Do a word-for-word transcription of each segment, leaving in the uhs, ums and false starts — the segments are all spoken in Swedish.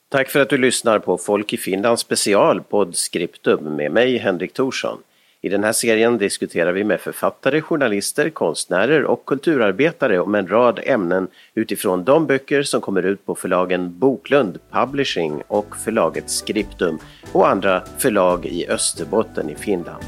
Tack för att du lyssnar på Folk i Finland special Podscriptum med mig Henrik Thorsson. I den här serien diskuterar vi med författare, journalister, konstnärer och kulturarbetare om en rad ämnen utifrån de böcker som kommer ut på förlagen Boklund, Publishing och förlaget Scriptum och andra förlag i Österbotten i Finland.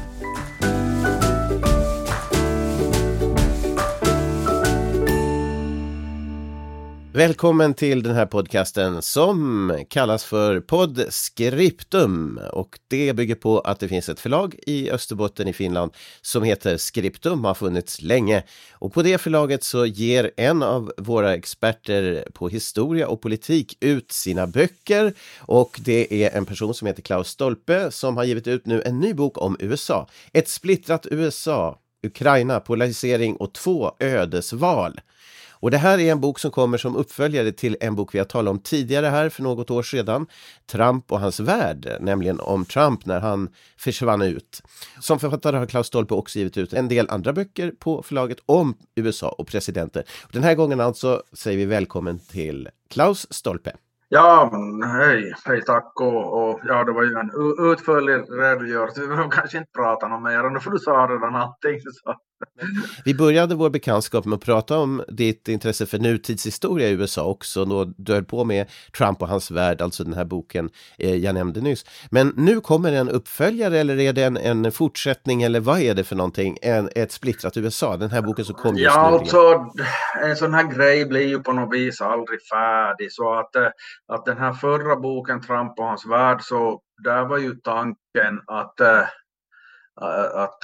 Välkommen till den här podcasten som kallas för Podscriptum, och det bygger på att det finns ett förlag i Österbotten i Finland som heter Scriptum, har funnits länge, och på det förlaget så ger en av våra experter på historia och politik ut sina böcker, och det är en person som heter Klaus Stolpe som har givit ut nu en ny bok om U S A. Ett splittrat U S A, Ukraina, polarisering och två ödesval. Och det här är en bok som kommer som uppföljare till en bok vi har talat om tidigare här för något år sedan, Trump och hans värld, nämligen om Trump när han försvann ut. Som författare har Klaus Stolpe också givit ut en del andra böcker på förlaget om U S A och presidenter. Den här gången alltså säger vi välkommen till Klaus Stolpe. Ja, hej, hej tack och, och ja, det var ju en utförlig redogörelse. Vi vill kanske inte prata något mer, för du sa redan allting. Så. Vi började vår bekantskap med att prata om ditt intresse för nutidshistoria i U S A också, då du höll på med Trump och hans värld, alltså den här boken eh, jag nämnde nyss. Men nu kommer en uppföljare, eller är det en, en fortsättning, eller vad är det för någonting? En, ett splittrat U S A, den här boken som kom just ja, nu. Alltså, en sån här grej blir ju på något vis aldrig färdig, så att, att den här förra boken Trump och hans värld, så där var ju tanken att att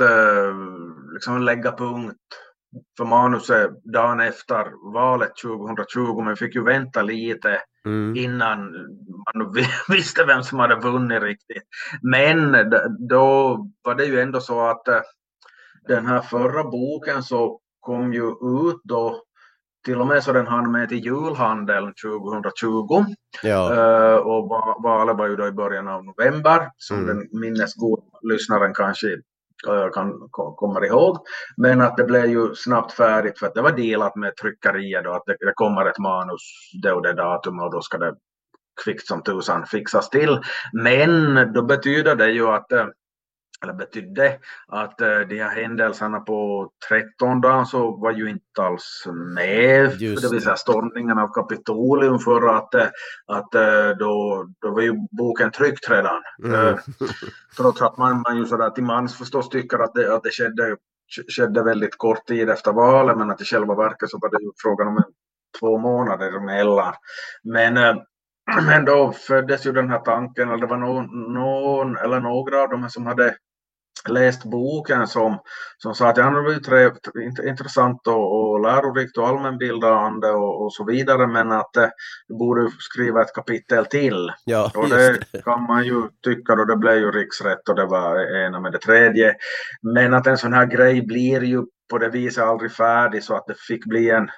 liksom lägga punkt för manuset dagen efter valet tjugohundratjugo, men fick ju vänta lite mm. innan man visste vem som hade vunnit riktigt. Men då var det ju ändå så att den här förra boken så kom ju ut då, till och med så den hann med till julhandeln tjugohundratjugo. Ja. Uh, och valet var ju då i början av november, som mm. den minnesgod lyssnaren kanske uh, kan komma ihåg. Men att det blev ju snabbt färdigt, för att det var delat med tryckerier då, att det, det kommer ett manus det och det datum, och då ska det kvickt som tusan fixas till. Men då betyder det ju att eller betydde att uh, de här händelserna på trettondagen så var ju inte alls med. Just det vill säga stormningen av Kapitolium, för att, att uh, då, då var ju boken tryckt redan. Mm. Uh, trots att man, man ju sådär till mans förstås tycker att det, att det skedde, skedde väldigt kort tid efter valet, men att i själva verket så var det ju frågan om en, två månader emellan. Men uh, Men då föddes ju den här tanken, eller det var någon, någon eller några av de som hade läst boken som, som sa att ja, det var ju trevligt, intressant och, och lärorikt och allmänbildande och, och så vidare, men att eh, du borde skriva ett kapitel till. Ja, och det, det kan man ju tycka, och det blev ju riksrätt och det var ena med det tredje. Men att en sån här grej blir ju på det viset aldrig färdig, så att det fick bli en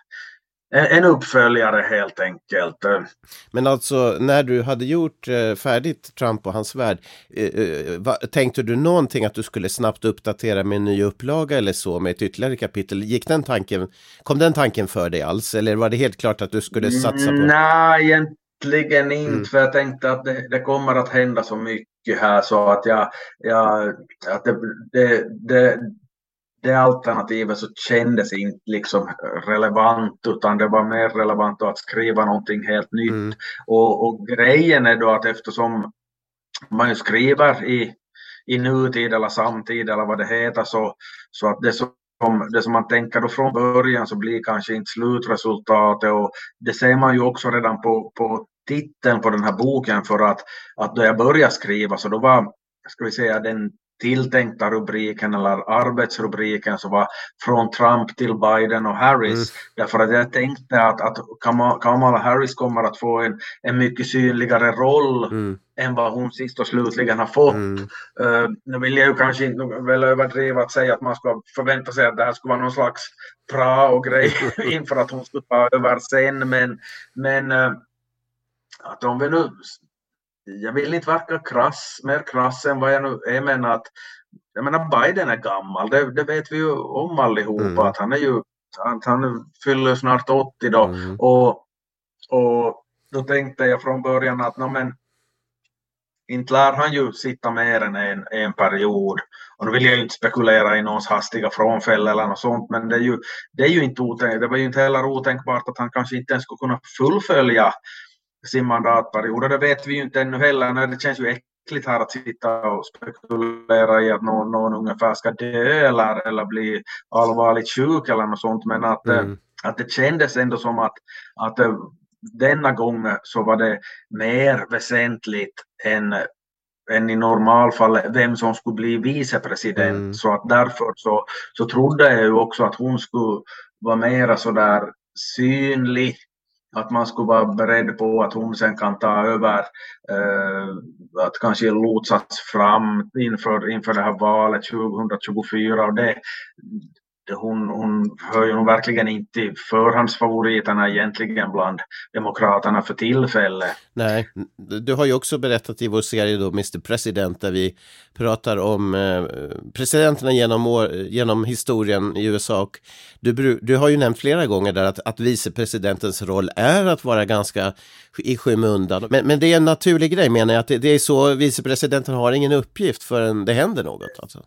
En uppföljare helt enkelt. Men alltså, när du hade gjort eh, färdigt Trump och hans värld, eh, eh, va, tänkte du någonting att du skulle snabbt uppdatera med en ny upplaga eller så, med ett ytterligare kapitel? Gick den tanken, kom den tanken för dig alls? Eller var det helt klart att du skulle satsa på? Nej, egentligen inte. Mm. För jag tänkte att det, det kommer att hända så mycket här, så att jag, jag att det, det, det det alternativet så kändes inte liksom relevant, utan det var mer relevant att skriva någonting helt nytt. Mm. Och, och grejen är då att eftersom man skriver i, i nutid eller samtid eller vad det heter, så, så att det som, det som man tänker då från början så blir kanske inte slutresultatet, och det ser man ju också redan på, på titeln på den här boken, för att, att då jag började skriva så då var, ska vi säga, den tilltänkta rubriken eller arbetsrubriken så var från Trump till Biden och Harris. Mm. Därför att jag tänkte att, att Kamala Harris kommer att få en, en mycket synligare roll mm. än vad hon sist och slutligen har fått. Mm. Uh, nu vill jag ju kanske inte väl överdriva att säga att man ska förvänta sig att det här skulle vara någon slags bra och grej inför att hon skulle ta över sen. Men, men uh, att om vi nu... Jag vill inte verka krass, mer krass än vad jag nu är, men att jag menar, Biden är gammal, det, det vet vi ju om allihopa, mm. att han är ju han, han fyller snart åttio då, mm. och, och då tänkte jag från början att no, men, inte lär han ju sitta mer än en, en period. Och nu vill jag ju inte spekulera i någons hastiga frånfälle eller något sånt, men det är ju, det är ju inte otänk, det var ju inte heller otänkbart att han kanske inte ens skulle kunna fullfölja sin mandatperiod. Och det vet vi ju inte ännu heller. Nej, det känns ju äckligt här att sitta och spekulera i att någon, någon ungefär ska dö eller, eller bli allvarligt sjuk eller något sånt, men att, mm. att det kändes ändå som att, att denna gång så var det mer väsentligt än, än i normalfall vem som skulle bli vicepresident. Mm. Så att därför så, så trodde jag ju också att hon skulle vara mera så där synlig, att man skulle vara beredd på att hon sen kan ta över, eh, att kanske lotsas fram inför, inför det här valet tjugohundratjugofyra, och det Hon, hon hör ju verkligen inte förhandsfavoriterna egentligen bland demokraterna för tillfället. Nej, du har ju också berättat i vår serie då mister President, där vi pratar om eh, presidenterna genom, år, genom historien i U S A, och du, du har ju nämnt flera gånger där att, att vicepresidentens roll är att vara ganska i skymundan. Men, men det är en naturlig grej, menar jag, att det, det är så vicepresidenten har ingen uppgift förrän det händer något alltså.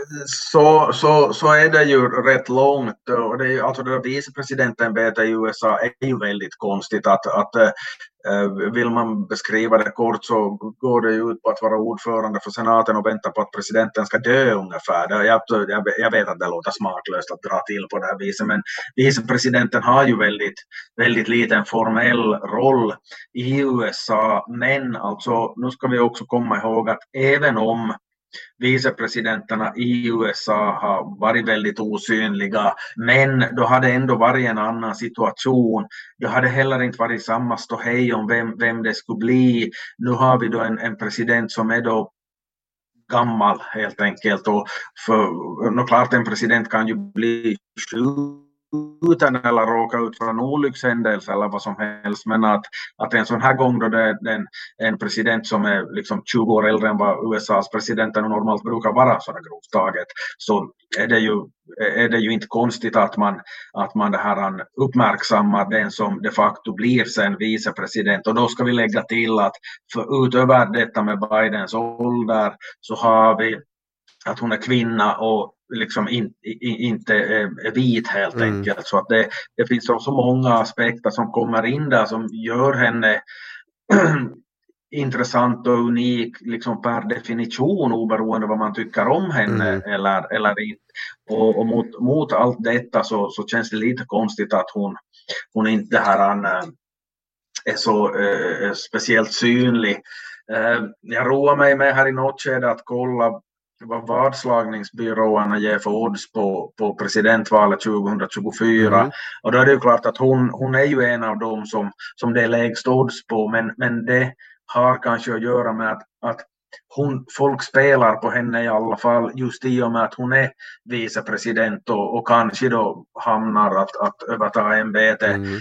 Så, så, så är det ju rätt långt, och det är ju, alltså det vicepresidentämbetet i U S A är ju väldigt konstigt att, att äh, vill man beskriva det kort så går det ut på att vara ordförande för senaten och vänta på att presidenten ska dö ungefär. Det, jag, jag, jag vet att det låter smartlöst att dra till på det här viset, men vicepresidenten har ju väldigt, väldigt liten formell roll i U S A, men alltså nu ska vi också komma ihåg att även om vicepresidenterna i U S A har varit väldigt osynliga, men då hade ändå varit en annan situation. Det hade heller inte varit samma ståhej om vem, vem det skulle bli. Nu har vi då en, en president som är då gammal helt enkelt, och för, klart en president kan ju bli utan eller råka ut för en olyckshändelse eller vad som helst, men att, att en sån här gång då det är en, en president som är liksom tjugo år äldre än vad U S A:s presidenter normalt brukar vara så grovt taget, så är det ju, är det ju inte konstigt att man, att man det här uppmärksammar den som de facto blir sen vicepresident. Och då ska vi lägga till att för utöver detta med Bidens ålder så har vi att hon är kvinna och liksom in, in, inte är vit helt mm. enkelt. Så att det, det finns så, så många aspekter som kommer in där som gör henne intressant och unik liksom per definition, oberoende vad man tycker om henne mm. eller, eller inte. Och, och mot, mot allt detta så, så känns det lite konstigt att hon, hon inte här är så eh, speciellt synlig. Eh, jag roar mig med här i något skede att kolla vad vadslagningsbyråerna ger för odds på, på presidentvalet tjugohundratjugofyra. Mm. Och då är det ju klart att hon, hon är ju en av dem som, som det är lägst odds på, men, men det har kanske att göra med att, att hon, folk spelar på henne i alla fall just i och med att hon är vicepresident och, och kanske då hamnar att, att överta ämbete mm.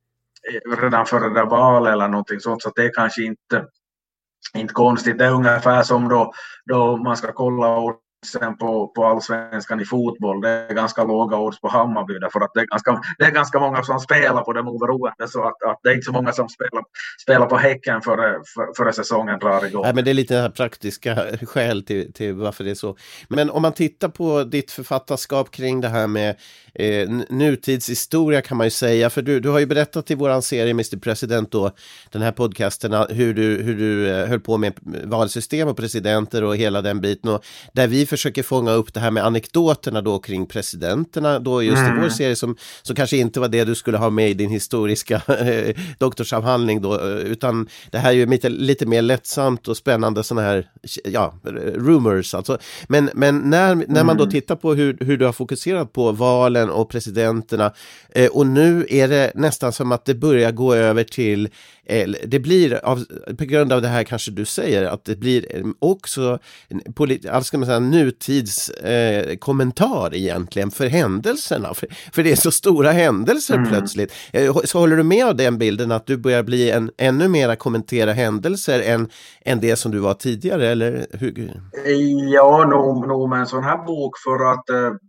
redan före det valet eller någonting sånt, så att det är kanske inte inte konstigt. Det är ungefär som då, då man ska kolla oddsen på, på allsvenskan i fotboll. Det är ganska låga odds på Hammarby därför att det är ganska, det är ganska många som spelar på dem oberoende, så att, att det är inte så många som spelar, spelar på Häcken före för, för säsongen drar igång. Nej, men det är lite praktiska skäl till, till varför det är så. Men om man tittar på ditt författarskap kring det här med eh, nutidshistoria kan man ju säga, för du, du har ju berättat i våran serie mister President då, den här podcasten, hur du, hur du eh, höll på med valsystem och presidenter och hela den biten, och där vi försöker fånga upp det här med anekdoterna då kring presidenterna då just mm. i vår serie som, som kanske inte var det du skulle ha med i din historiska eh, doktorsavhandling då, utan det här är ju lite, lite mer lättsamt och spännande sådana här, ja, rumors alltså. Men, men när, när man då tittar på hur, hur du har fokuserat på valen och presidenterna eh, och nu är det nästan som att det börjar gå över till eh, det blir av, på grund av det här kanske du säger att det blir också polit, alltså ska man säga nutids eh, kommentar egentligen för händelserna, för, för det är så stora händelser mm. plötsligt. Eh, så håller du med av den bilden att du börjar bli en ännu mera kommentera händelser än, än det som du var tidigare, eller hur? Ja, nog, nog med en sån här bok, för att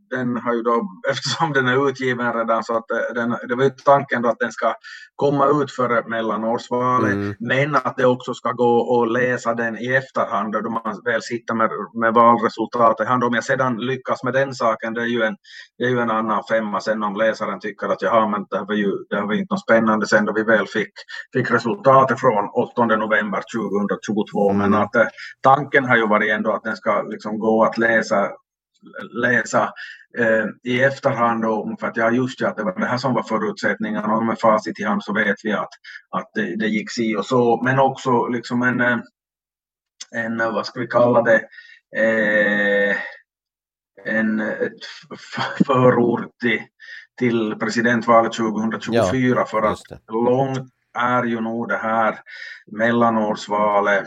den har ju då, eftersom den är utgiven redan, så att den, det var ju tanken då att den ska komma ut före mellanårsvalet, mm. men att det också ska gå att läsa den i efterhand då man väl sitter med, med valresultatet. Om jag sedan lyckas med den saken, det är ju en, det är ju en annan femma sen om läsaren tycker att jaha, men det var ju det var inte något spännande sen då vi väl fick, fick resultatet från åttonde november tjugohundratjugotvå, mm. men att eh, tanken har ju varit ändå att den ska liksom gå att läsa läsa eh, i efterhand då, för att ja, just det, att det var det här som var förutsättningarna, och med facit i hand så vet vi att, att det, det gick si och så, men också liksom en, en vad ska vi kalla det, eh, en ett förord till, till presidentvalet tjugohundratjugofyra, ja, för att långt är ju nog det här mellanårsvalet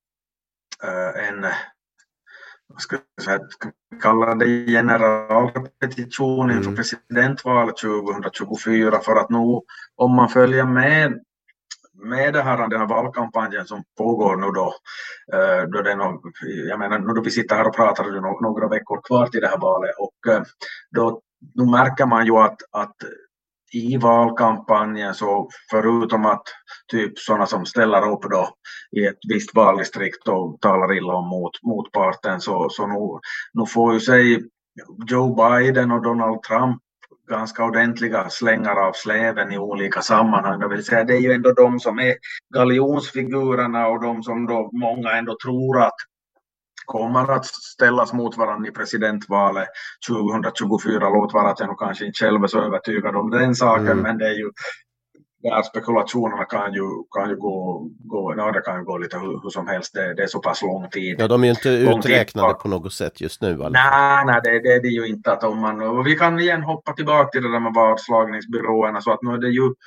eh, en ska vi kalla det generalrepetition inför mm. presidentvalet tjugohundratjugofyra, för att nu om man följer med med det här, den här valkampanjen som pågår nu då, då det är no, jag menar nu då vi sitter här och pratar, det är några veckor kvar till det här valet, och då nu märker man ju att, att i valkampanjen så förutom att typ sådana som ställer upp då i ett visst valdistrikt och talar illa om mot, motparten, så, så nu, nu får ju sig Joe Biden och Donald Trump ganska ordentliga slängar av släven i olika sammanhang. Det vill säga, det är ju ändå de som är galjonsfigurerna och de som då många ändå tror att kommer att ställas mot varandra i presidentvalet tjugohundratjugofyra. Låt vara att jag nog kanske inte själv är så övertygad om den saken, mm. men det är ju där spekulationerna kan ju, kan ju gå, gå, ja, det kan ju gå lite hur, hur som helst, det, det är så pass lång tid. Ja, de är ju inte uträknade på något sätt just nu. Alltså. Nej, nej det, det är det ju inte. Att om man, och vi kan igen hoppa tillbaka till det där med valslagningsbyråerna, så att nu är det ju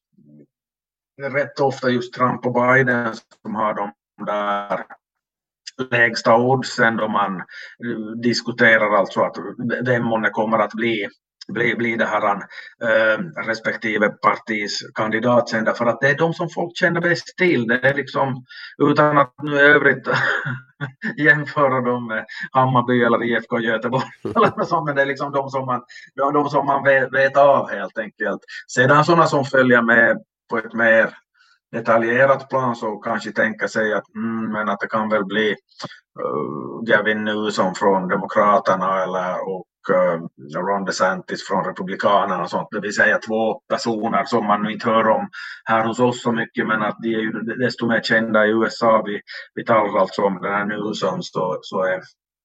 rätt ofta just Trump och Biden som har de där lägsta oddsen då man diskuterar alltså att vem månne kommer att bli bli, bli det här äh, respektive partis kandidat sen, därför att det är de som folk känner bäst till. Det är liksom, utan att nu i övrigt jämföra dem med Hammarby eller I F K Göteborg eller så, men det är liksom de som man, de som man vet, vet av helt enkelt. Sedan sådana som följer med på ett mer detaljerat plan så kanske tänka sig att, mm, men att det kan väl bli uh, Gavin Newsom från Demokraterna eller och uh, Ron DeSantis från Republikanerna och sånt. Det vill säga två personer som man inte hör om här hos oss så mycket, men att de är ju desto mer kända i U S A. Vi, vi talar alltså om den här Newsom, så, så är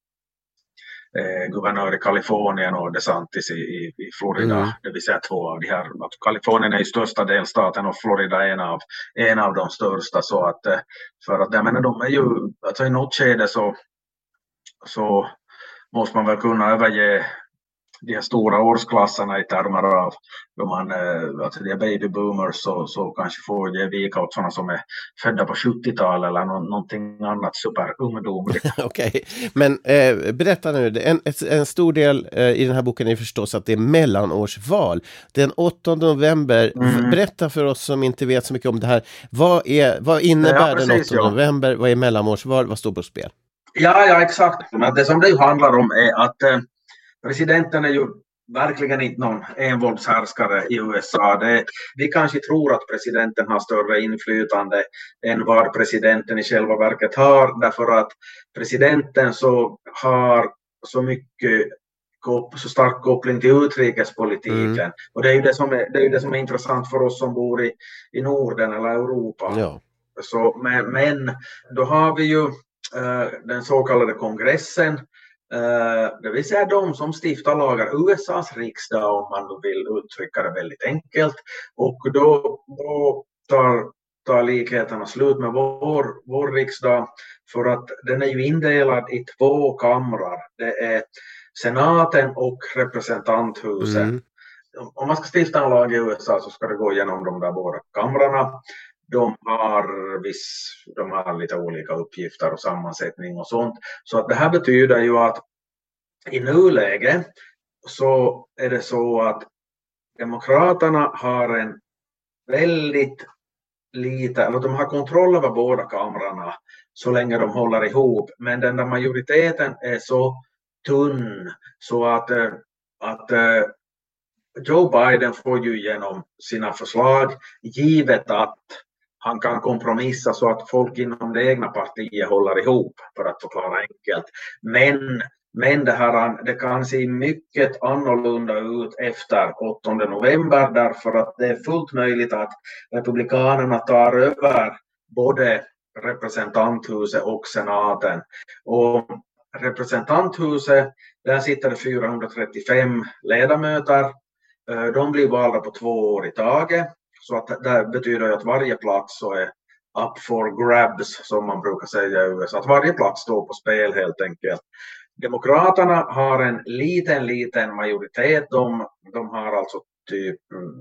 Eh, guvernör i Kalifornien och DeSantis i, i, i Florida, mm. det vill säga två av de här. Kalifornien är ju största delstaten och Florida är en av, en av de största, så att för att jag menar, de är ju, alltså i något skede så, så måste man väl kunna överge de här stora årsklasserna i termer av då man, alltså de baby boomers, så, så kanske får ge vika åt sådana som är födda på sjuttiotalet eller no, någonting annat superungdomligt. Okej, okay. Men eh, berätta nu, en, en stor del eh, i den här boken är förstås att det är mellanårsval. Den åttonde november, mm. berätta för oss som inte vet så mycket om det här, vad, är, vad innebär ja, precis, den åttonde november, vad är mellanårsval, vad står på spel? Ja, ja exakt. Men det som det ju handlar om är att eh, presidenten är ju verkligen inte någon envåldshärskare i U S A. Det, vi kanske tror att presidenten har större inflytande än vad presidenten i själva verket har, därför att presidenten så har så mycket så stark koppling till utrikespolitiken. Mm. Och det är ju det som är, det är ju det som är intressant för oss som bor i, i Norden eller Europa. Ja. Så, men, men då har vi ju uh, den så kallade kongressen. Uh, det vill säga de som stiftar lagar, U S A:s riksdag om man vill uttrycka det väldigt enkelt, och då, då tar, tar likheterna slut med vår, vår riksdag, för att den är ju indelad i två kamrar. Det är senaten och representanthuset. Mm. Om man ska stifta en lag i U S A så ska det gå igenom de där båda kamrarna. De har, viss, de har lite olika uppgifter och sammansättning och sånt. Så att det här betyder ju att i nuläget så är det så att demokraterna har en väldigt lite, eller de har kontroll över båda kamrarna så länge de håller ihop. Men den där majoriteten är så tunn så att att eh, Joe Biden får ju igenom sina förslag givet att han kan kompromissa så att folk inom det egna partiet håller ihop, för att förklara enkelt. Men, men det, här, det kan se mycket annorlunda ut efter åttonde november, därför att det är fullt möjligt att republikanerna tar över både representanthuset och senaten. Och representanthuset, där sitter det fyrahundratrettiofem ledamöter. De blir valda på två år i taget. Så att det betyder att varje plats så är up for grabs, som man brukar säga i U S A. Att varje plats står på spel helt enkelt. Demokraterna har en liten, liten majoritet. De, de har alltså typ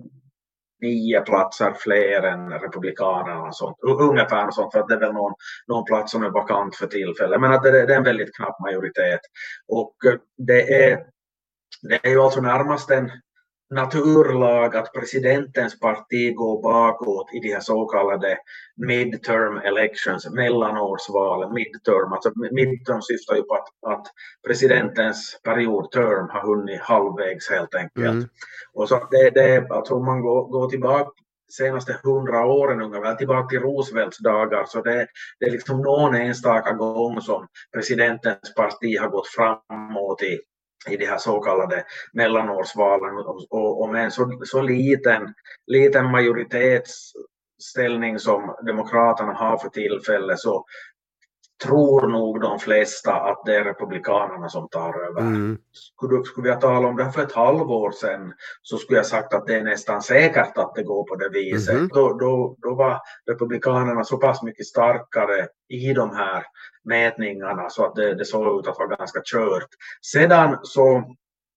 nio platser fler än republikanerna och sånt. Ungefär och sånt, för att det är väl någon, någon plats som är vakant för tillfället. Men att det, det är en väldigt knapp majoritet. Och det är, det är ju alltså närmast en naturlag att presidentens parti går bakåt i de här så kallade midterm elections, mellanårsval, midterm. Alltså midterm syftar ju på att, att presidentens periodterm har hunnit halvvägs helt enkelt. Mm. Och så det, det, alltså om man går, går tillbaka senaste hundra åren ungefär, tillbaka till Roosevelts dagar, så det, det är liksom någon enstaka gång som presidentens parti har gått framåt i i de här så kallade mellanårsvalen, och, och med en så, så liten, liten majoritetsställning som demokraterna har för tillfället, så tror nog de flesta att det är republikanerna som tar över. Mm. Skulle, skulle jag tala om det här för ett halvår sedan, så skulle jag sagt att det är nästan säkert att det går på det viset. Mm-hmm. Då, då, då var republikanerna så pass mycket starkare i de här mätningarna så att det, det såg ut att vara ganska kört. Sedan så,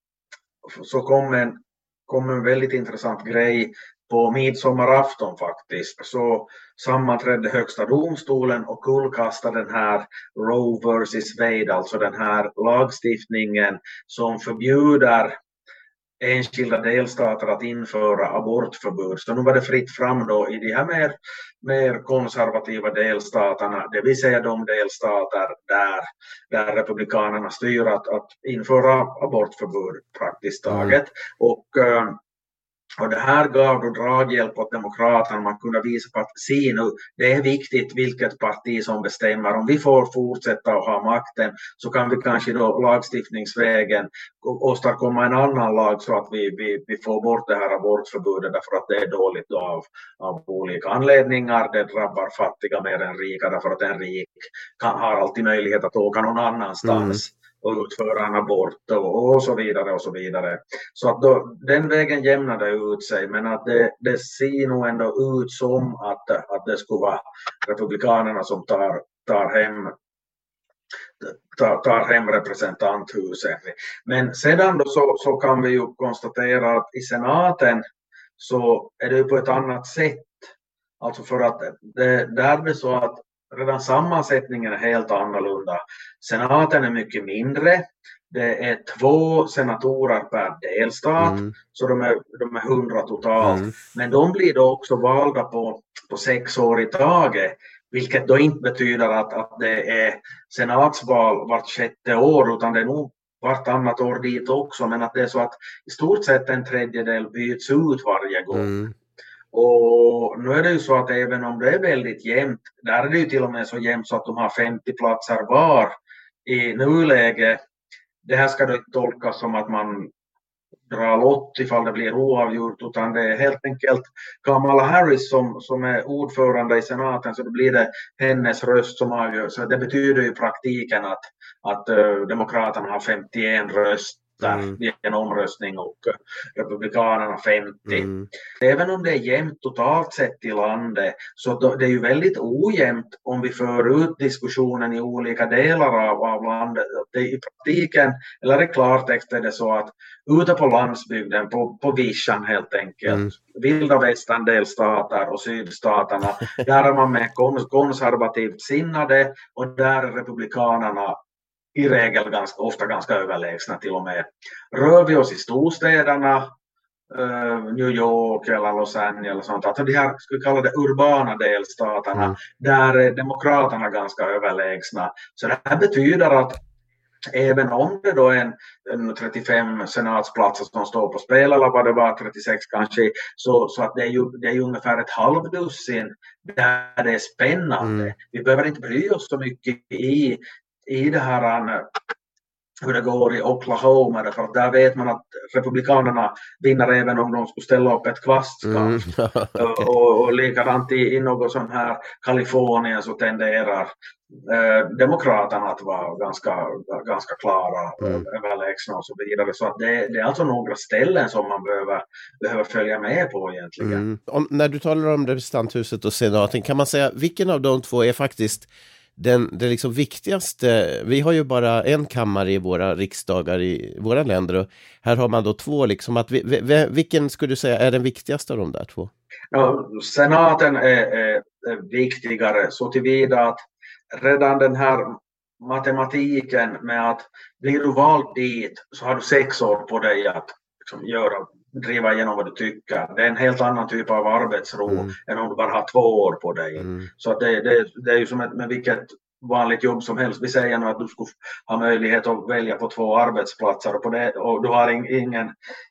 så kom, en, kom en väldigt intressant grej på midsommarafton faktiskt. Så sammanträdde högsta domstolen och kullkastade den här Roe versus Wade, alltså den här lagstiftningen som förbjuder enskilda delstater att införa abortförbud. Så nu var det fritt fram då i de här mer, mer konservativa delstaterna, det vill säga de delstater där, där republikanerna styr att, att införa abortförbud praktiskt taget. Mm. Och Och det här gav då draghjälp åt demokraterna. Man kunde visa på att se nu, det är viktigt vilket parti som bestämmer. Om vi får fortsätta att ha makten, så kan vi kanske då lagstiftningsvägen åstadkomma en annan lag så att vi, vi, vi får bort det här abortförbudet, därför att det är dåligt då av, av olika anledningar. Det drabbar fattiga mer än rika, därför att en rik kan, har alltid möjlighet att åka någon annanstans. Mm. och utföra en abort och, och så vidare och så vidare. Så att då, den vägen jämnade ut sig, men att det, det ser nog ändå ut som att, att det skulle vara republikanerna som tar, tar hem tar, tar hem representanthuset. Men sedan då så, så kan vi ju konstatera att i senaten så är det ju på ett annat sätt. Alltså för att det, där är det så att redan sammansättningen är helt annorlunda. Senaten är mycket mindre. Det är två senatorer per delstat. Mm. Så de är, de är hundra totalt. Mm. Men de blir då också valda på, på sex år i taget. Vilket då inte betyder att, att det är senatsval vart sjätte år. Utan det är nog vartannat år dit också. Men att det är så att i stort sett en tredjedel byts ut varje gång. Mm. Och nu är det ju så att även om det är väldigt jämnt, där är det ju till och med så jämnt så att de har femtio platser var i nuläge. Det här ska då inte tolkas som att man drar lott ifall det blir oavgjort, utan det är helt enkelt Kamala Harris som, som är ordförande i senaten, så då blir det hennes röst som avgör. Så det betyder ju i praktiken att, att uh, demokraterna har femtioen röst. Mm. I en omröstning och republikanerna femtio. Mm. Även om det är jämnt totalt sett i landet, så då, det är ju väldigt ojämnt om vi för ut diskussionen i olika delar av, av landet. Det är i praktiken, eller i klartext är det så att ute på landsbygden, på, på vischan helt enkelt, mm. vilda västern delstater och sydstaterna, där är man med konservativt sinnade, och där är republikanerna i regel ganska, ofta ganska överlägsna till och med. Rör vi oss i storstäderna, uh, New York eller Los Angeles, sånt, alltså de här, ska vi kalla det urbana delstaterna, mm. där är demokraterna ganska överlägsna. Så det här betyder att även om det då är en, en trettiofem senatsplatser som står på spel, eller vad det var, trettiosex kanske, så, så att det är, ju, det är ju ungefär ett halvdussin där det är spännande. Mm. Vi behöver inte bry oss så mycket i, i det här hur det går i Oklahoma, därför att där vet man att republikanerna vinner även om de skulle ställa upp ett kvastskap. Mm. Okay. och, och likadant i, i något sån här Kalifornien så tenderar eh, demokraterna att vara ganska, ganska klara mm. överlägsna och så vidare. Så att det, det är alltså några ställen som man behöver, behöver följa med på egentligen. Mm. Om, när du talar om representanthuset och senaten, kan man säga vilken av de två är faktiskt Den, det liksom viktigaste? Vi har ju bara en kammare i våra riksdagar i våra länder, och här har man då två. Liksom, att vi, vi, vilken skulle du säga är den viktigaste av de där två? Ja, senaten är, är, är viktigare så tillvida att redan den här matematiken med att blir du vald dit så har du sex år på dig att liksom, göra, driva igenom vad du tycker. Det är en helt annan typ av arbetsro mm. än om du bara har två år på dig. Mm. Så att det, det, det är ju som ett, med vilket vanligt jobb som helst. Vi säger nu att du skulle ha möjlighet att välja på två arbetsplatser och, på det, och du har ingen,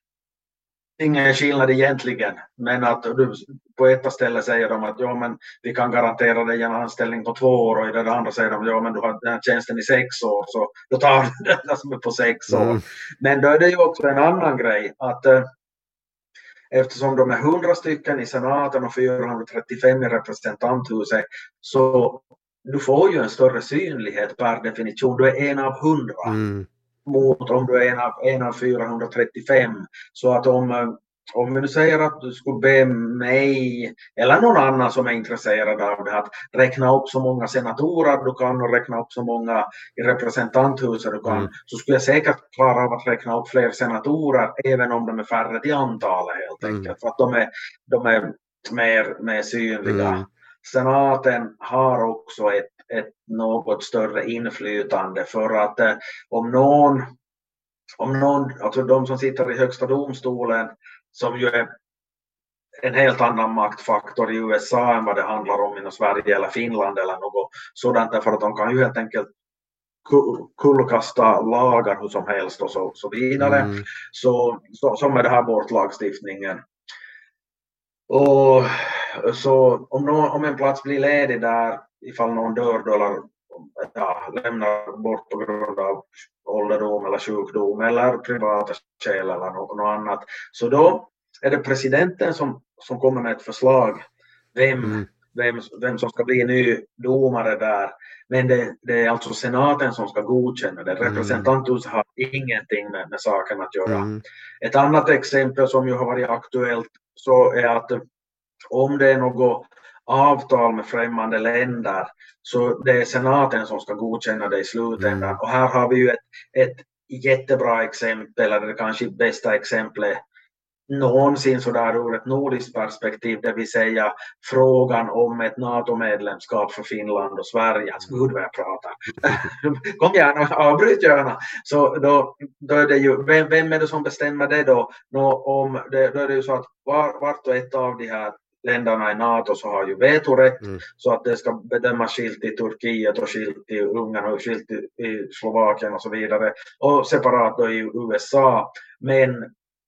ingen skillnad egentligen. Men att du på ett ställe säger de att ja, men vi kan garantera dig en anställning på två år, och i det andra säger de ja, men du har den här tjänsten i sex år, så då tar du den som är på sex år. Mm. Men då är det ju också en annan grej att eftersom de är hundra stycken i senaten och fyrahundratrettiofem i representanthuset, så du får ju en större synlighet per definition. Du är en av hundra mm. mot om du är en av, en av fyrahundratrettiofem. Så att om, om vi nu säger att du skulle be mig eller någon annan som är intresserad av det att räkna upp så många senatorer du kan och räkna upp så många i representanthuset du kan, mm. så skulle jag säkert klara av att räkna upp fler senatorer även om de är färre till antalet helt enkelt. Mm. För att de är, de är mer, mer synliga. Mm. Senaten har också ett, ett något större inflytande, för att eh, om någon, om någon, alltså de som sitter i högsta domstolen, som ju är en helt annan maktfaktor i U S A än vad det handlar om i Sverige eller Finland eller något sådant, därför att de kan ju helt enkelt kullkasta lagar hur som helst och så, så vidare. Mm. Så, så, som med det här bortlagstiftningen. Och så om, någon, om en plats blir ledig där, ifall någon dör då, eller ja, lämnar bort på grund av ålderdom eller sjukdom eller privata skäl eller något, något annat, så då är det presidenten som, som kommer med ett förslag vem, mm. vem, vem som ska bli ny domare där. Men det, det är alltså senaten som ska godkänna det. Representanthuset har ingenting med, med saken att göra. Mm. Ett annat exempel som ju har varit aktuellt så är att om det är något avtal med främmande länder, så det är senaten som ska godkänna det i slutändan. Mm. Och här har vi ju ett, ett jättebra exempel, eller det kanske bästa exemplet någonsin sådär ur ett nordiskt perspektiv, det vill säga frågan om ett NATO-medlemskap för Finland och Sverige. Alltså, gud vad jag pratar. Kom gärna, avbryt gärna. Så då, då är det ju, vem, vem är det som bestämmer det då? Nå, om det, då är det ju så att var, vart och ett av de här länderna i NATO så har ju vetorätt, mm. så att det ska bedömas skilt i Turkiet och skilt i Ungern och skilt i, i Slovakien och så vidare, och separat då i U S A. Men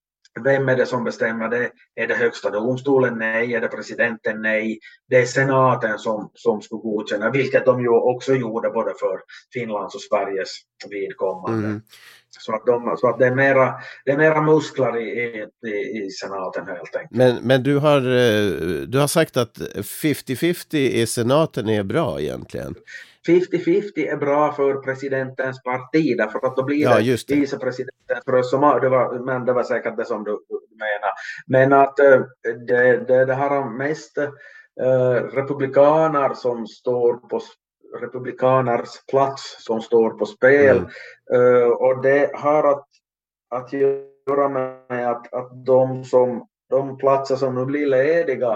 vem är det som bestämmer det? Är det högsta domstolen? Nej. Är det presidenten? Nej. Det är senaten som, som ska godkänna, vilket de ju också gjorde både för Finlands och Sveriges vidkommande. Mm. Så att, de, så att det, är mera, det är mera muskler i, i, i senaten helt enkelt. Men, men du, har, du har sagt att femtio femtio i senaten är bra egentligen. femtio femtio är bra för presidentens parti, därför att då blir ja, det, det. vicepresidentens röst som, det var, men det var säkert det som du, du menar. Men att det, det, det här har mest uh, republikaner som står på republikaners plats som står på spel. Mm. Uh, och det har att, att göra med att, att de, som, de platser som nu blir lediga,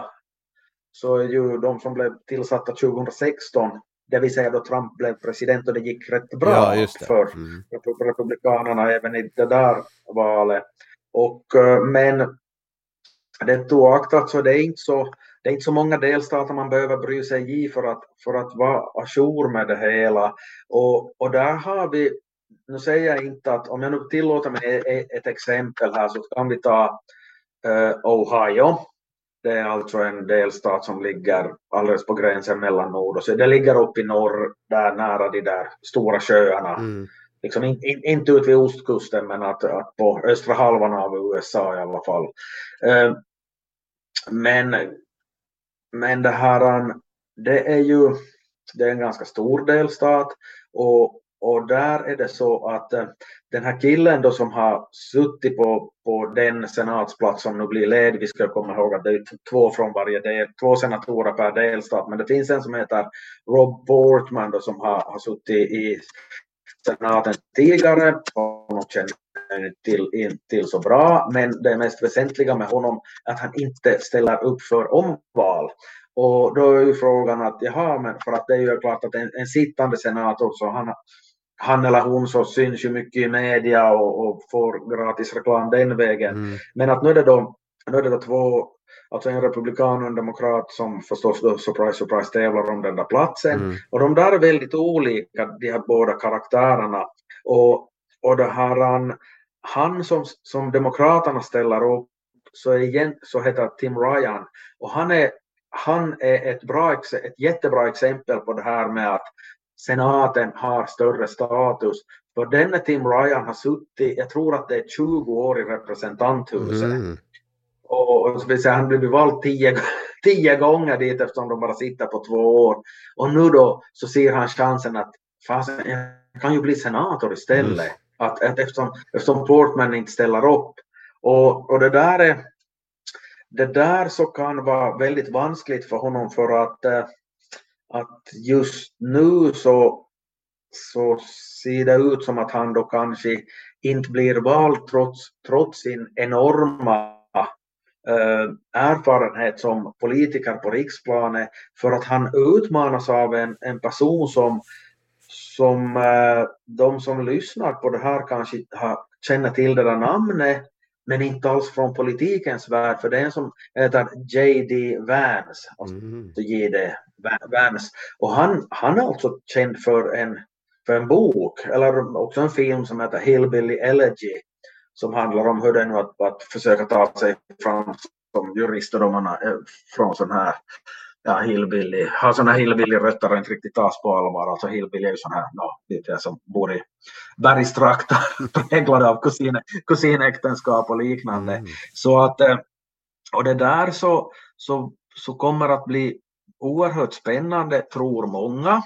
så är ju de som blev tillsatta tjugohundrasexton, det vill säga då Trump blev president, och det gick rätt bra ja, just det. för mm. republikanerna även i det där valet. Och, men det oaktat så det är inte så det är inte så många delstater man behöver bry sig i för att, för att vara ajour med det hela. Och, och där har vi nu säger jag inte att, om jag nu tillåter mig ett exempel här, så kan vi ta uh, Ohio. Det är alltså en delstat som ligger alldeles på gränsen mellan nord och syd. Det ligger upp i norr, där nära de där stora sjöarna. Mm. Liksom in, in, inte ut vid ostkusten, men att, att på östra halvan av U S A i alla fall. Uh, men, men det här, det är ju det är en ganska stor delstat, och Och där är det så att uh, den här killen då som har suttit på, på den senatsplats som nu blir ledig, vi ska komma ihåg att det är två från varje del, två senatorer per delstat, men det finns en som heter Rob Portman då, som har, har suttit i senaten tidigare, och de känner till, in, till så bra, men det mest väsentliga med honom är att han inte ställer upp för omval. Och då är ju frågan att, jaha, men för att det är ju klart att en, en sittande senator, så han, han eller hon så syns ju mycket i media och, och får gratis reklam den vägen. Mm. Men att nu är det då, nu är det då två, alltså en republikan och en demokrat som förstås då, surprise, surprise, tävlar om den där platsen. Mm. Och de där är väldigt olika, de här båda karaktärerna. Och, och det här, han, han som, som demokraterna ställer upp, så, igen, så heter Tim Ryan. Och han är Han är ett, bra, ett jättebra exempel på det här med att senaten har större status. För denne Tim Ryan har suttit, jag tror att det är tjugo år i representanthuset. Mm. Och, och så vill säga, han blev vald tio, tio gånger dit, eftersom de bara sitter på två år. Och nu då så ser han chansen att fasen, jag kan ju bli senator istället. Mm. Att, att eftersom, eftersom Portman inte ställer upp. Och, och det där är Det där så kan vara väldigt vanskligt för honom, för att, äh, att just nu så, så ser det ut som att han då kanske inte blir vald trots, trots sin enorma äh, erfarenhet som politiker på riksplanet, för att han utmanas av en, en person som, som äh, de som lyssnar på det här kanske har, känner till det där namnet, men inte alls från politikens värld, för det är en som heter J D Vance, alltså mm. J D Vance. Och han, han är alltså känd för en, för en bok, eller också en film som heter Hillbilly Elegy, som handlar om hur det är att, att försöka ta sig fram som jurister om man är från sån här, ja, hillbilly, har sådana här hillbilly-rötter och inte riktigt tas på allvar. Alltså hillbilly är ju sån här, no, lite som bor i bergstrakter, präglade av kusin, kusinäktenskap och liknande. Mm. Så att, och det där så, så, så kommer att bli oerhört spännande, tror många.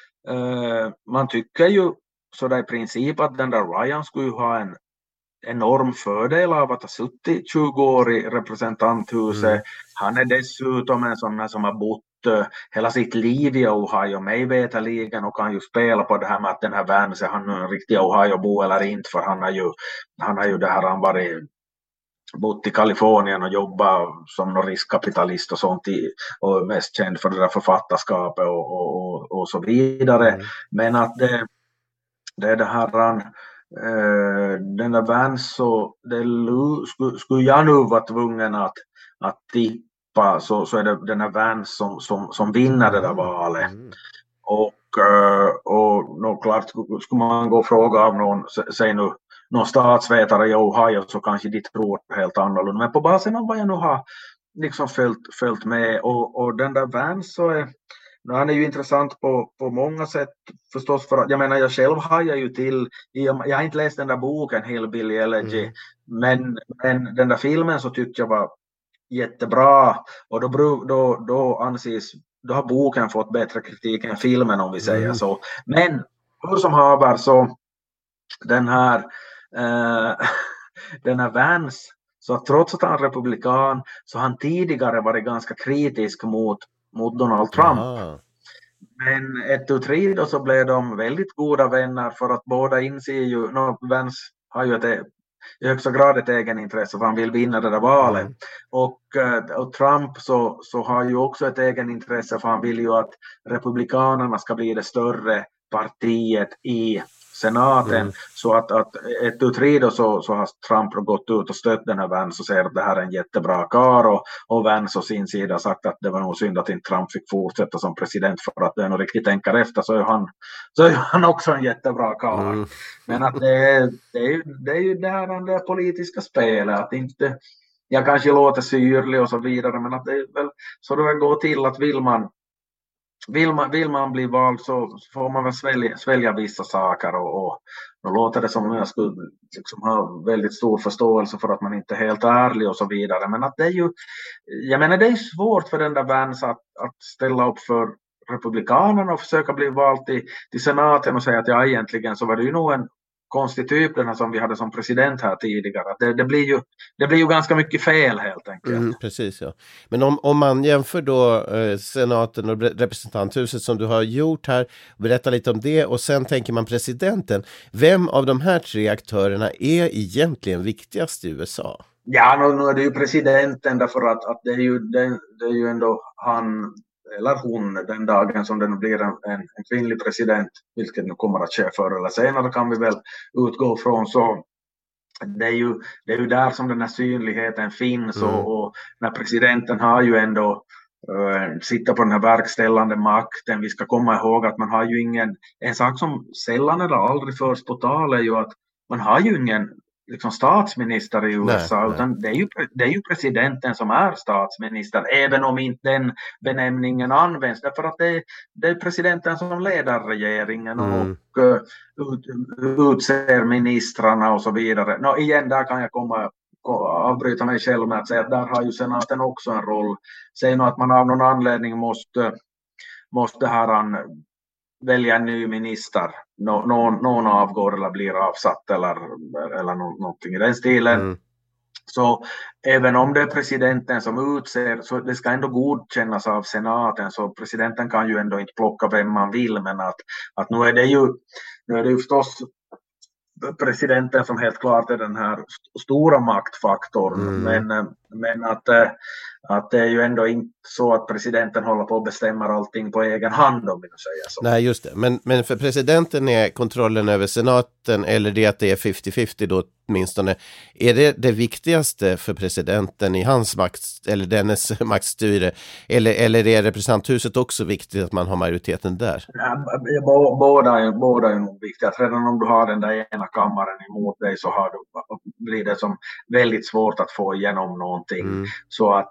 Uh, man tycker ju sådär i princip att den där Ryan skulle ha en enorm fördel av att ha suttit tjugo år i representanthuset. Mm. Han är dessutom en sån här som har bott uh, hela sitt liv i Ohio, mig veterligen, och kan ju spela på det här med att den här Vance, han är en riktig Ohio-bo eller inte, för han har ju, han har ju det här, han varit bott i Kalifornien och jobbat som någon riskkapitalist och sånt i, och mest känd för det där författarskapet och, och, och, och så vidare. Mm. Men att det, det är det här han Uh, den där Vance, så det skulle, skulle jag nu vara tvungen att, att tippa, så, så är det den där Vance som, som, som vinner det där valet. Mm. Och, uh, och no, klart skulle, skulle man gå och fråga av någon, säg nu någon statsvetare i Ohio, så kanske de tror helt annorlunda. Men på basen av vad jag nu har liksom följt, följt med, och, och den där Vance, så är han är ju intressant på, på många sätt förstås, för att jag menar, jag själv har jag ju till, jag, jag har inte läst den där boken Hillbilly Elegy, mm. men, men den där filmen så tyckte jag var jättebra, och då, då, då anses, då har boken fått bättre kritik än filmen, om vi säger mm. så. Men hur som haver, så den här eh, den här Vance, så trots att han är republikan, så har han tidigare varit ganska kritisk mot mot Donald Trump. Aha. Men ett och tre då så blev de väldigt goda vänner, för att båda inser ju, no, Vance har ju ett, i högsta grad ett egen intresse, för han vill vinna det där valet. Mm. Och, och Trump så, så har ju också ett egen intresse, för han vill ju att republikanerna ska bli det större partiet i senaten. Mm. Så att, att ett utri då så, så har Trump gått ut och stött den här Vance och säger att det här är en jättebra kar, och, och Vance å sin sida sagt att det var nog synd att inte Trump fick fortsätta som president, för att det är nog riktigt tänker efter så är han, så är han också en jättebra kar. Mm. Men att det, är, det, är, det är ju det här det politiska spelet, att inte jag kanske låter syrlig och så vidare, men att det är väl så det väl går till att vill man Vill man, vill man bli vald så får man väl svälja, svälja vissa saker, och, och då låter det som om jag skulle liksom ha väldigt stor förståelse för att man inte är helt ärlig och så vidare. Men att det är ju, jag menar det är svårt för den där Vance att, att ställa upp för republikanerna och försöka bli vald till, till senaten och säga att ja, egentligen så var det ju nog en konstig typ den här som vi hade som president här tidigare. Det, det, blir, ju, det blir ju ganska mycket fel helt enkelt. Mm, precis, ja. Men om, om man jämför då eh, senaten och representanthuset som du har gjort här, berätta lite om det, och sen tänker man presidenten. Vem av de här tre aktörerna är egentligen viktigast i U S A? Ja, nu, nu är det ju presidenten, därför att, att det, är ju, det, det är ju ändå han eller hon den dagen som det nu blir en, en, en kvinnlig president, vilket nu kommer att ske förr eller senare kan vi väl utgå från, så det är ju, det är ju där som den här synligheten finns. Mm. och, och när presidenten har ju ändå uh, sitter på den här verkställande makten, vi ska komma ihåg att man har ju ingen, en sak som sällan eller aldrig förs på tal är ju att man har ju ingen liksom statsminister i U S A, nej, utan nej. Det, är ju, det är ju presidenten som är statsminister, även om inte den benämningen används, därför att det är, det är presidenten som leder regeringen och, mm. och uh, ut, utser ministrarna och så vidare. Nå, igen, där kan jag komma avbryta mig själv med att säga att där har ju senaten också en roll. Säg nu att man av någon anledning måste, måste här han välja en ny minister. Nå, någon, någon avgår eller blir avsatt eller, eller no, någonting i den stilen. Mm. Så även om det är presidenten som utser, så det ska ändå godkännas av senaten, så presidenten kan ju ändå inte plocka vem man vill, men att, att nu är det ju nu är det ju förstås presidenten som helt klart är den här stora maktfaktorn, mm. men, men att, att det är ju ändå inte så att presidenten håller på att bestämma allting på egen hand, om vi nu säger så. Nej, just det. Men, men för presidenten är kontrollen över senaten, eller det att det är femtio femtio då åtminstone, är det det viktigaste för presidenten i hans makt, eller dennes maktstyre, eller, eller är representanthuset också viktigt att man har majoriteten där? Ja, båda, är, båda är nog viktiga. Redan om du har den där ena kammaren emot dig så har du, blir det som väldigt svårt att få igenom någonting. Mm. Så att,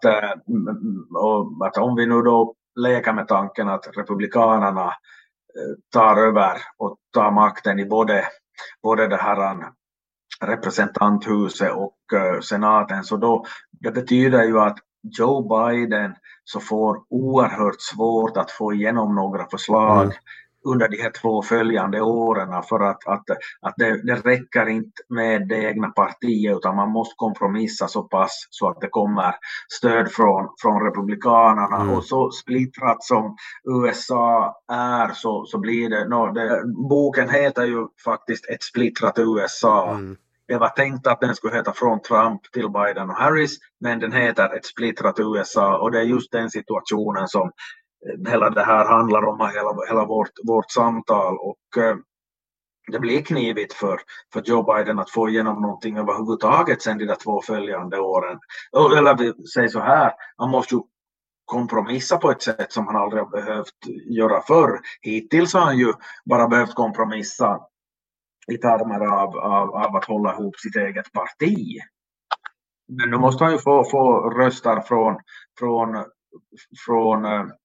och, att om vi nu då leker med tanken att republikanerna tar över och tar makten i både, både det här representanthuset och uh, senaten, så då det betyder ju att Joe Biden så får oerhört svårt att få igenom några förslag mm. under de här två följande åren, för att, att, att det, det räcker inte med det egna partiet, utan man måste kompromissa så pass så att det kommer stöd från, från republikanerna. Mm. Och så splittrat som U S A är, så, så blir det, no, det, boken heter ju faktiskt Ett splittrat U S A. Mm. Det var tänkt att den skulle heta Från Trump till Biden och Harris, men den heter Ett splittrat U S A, och det är just den situationen som hela det här handlar om, hela, hela vårt, vårt samtal, och eh, det blir knivigt för, för Joe Biden att få igenom någonting överhuvudtaget sen de där två följande åren. Eller vi säger så här, man måste ju kompromissa på ett sätt som han aldrig har behövt göra förr. Hittills har han ju bara behövt kompromissa i termer av, av, av att hålla ihop sitt eget parti. Men nu måste han ju få, få röster från från från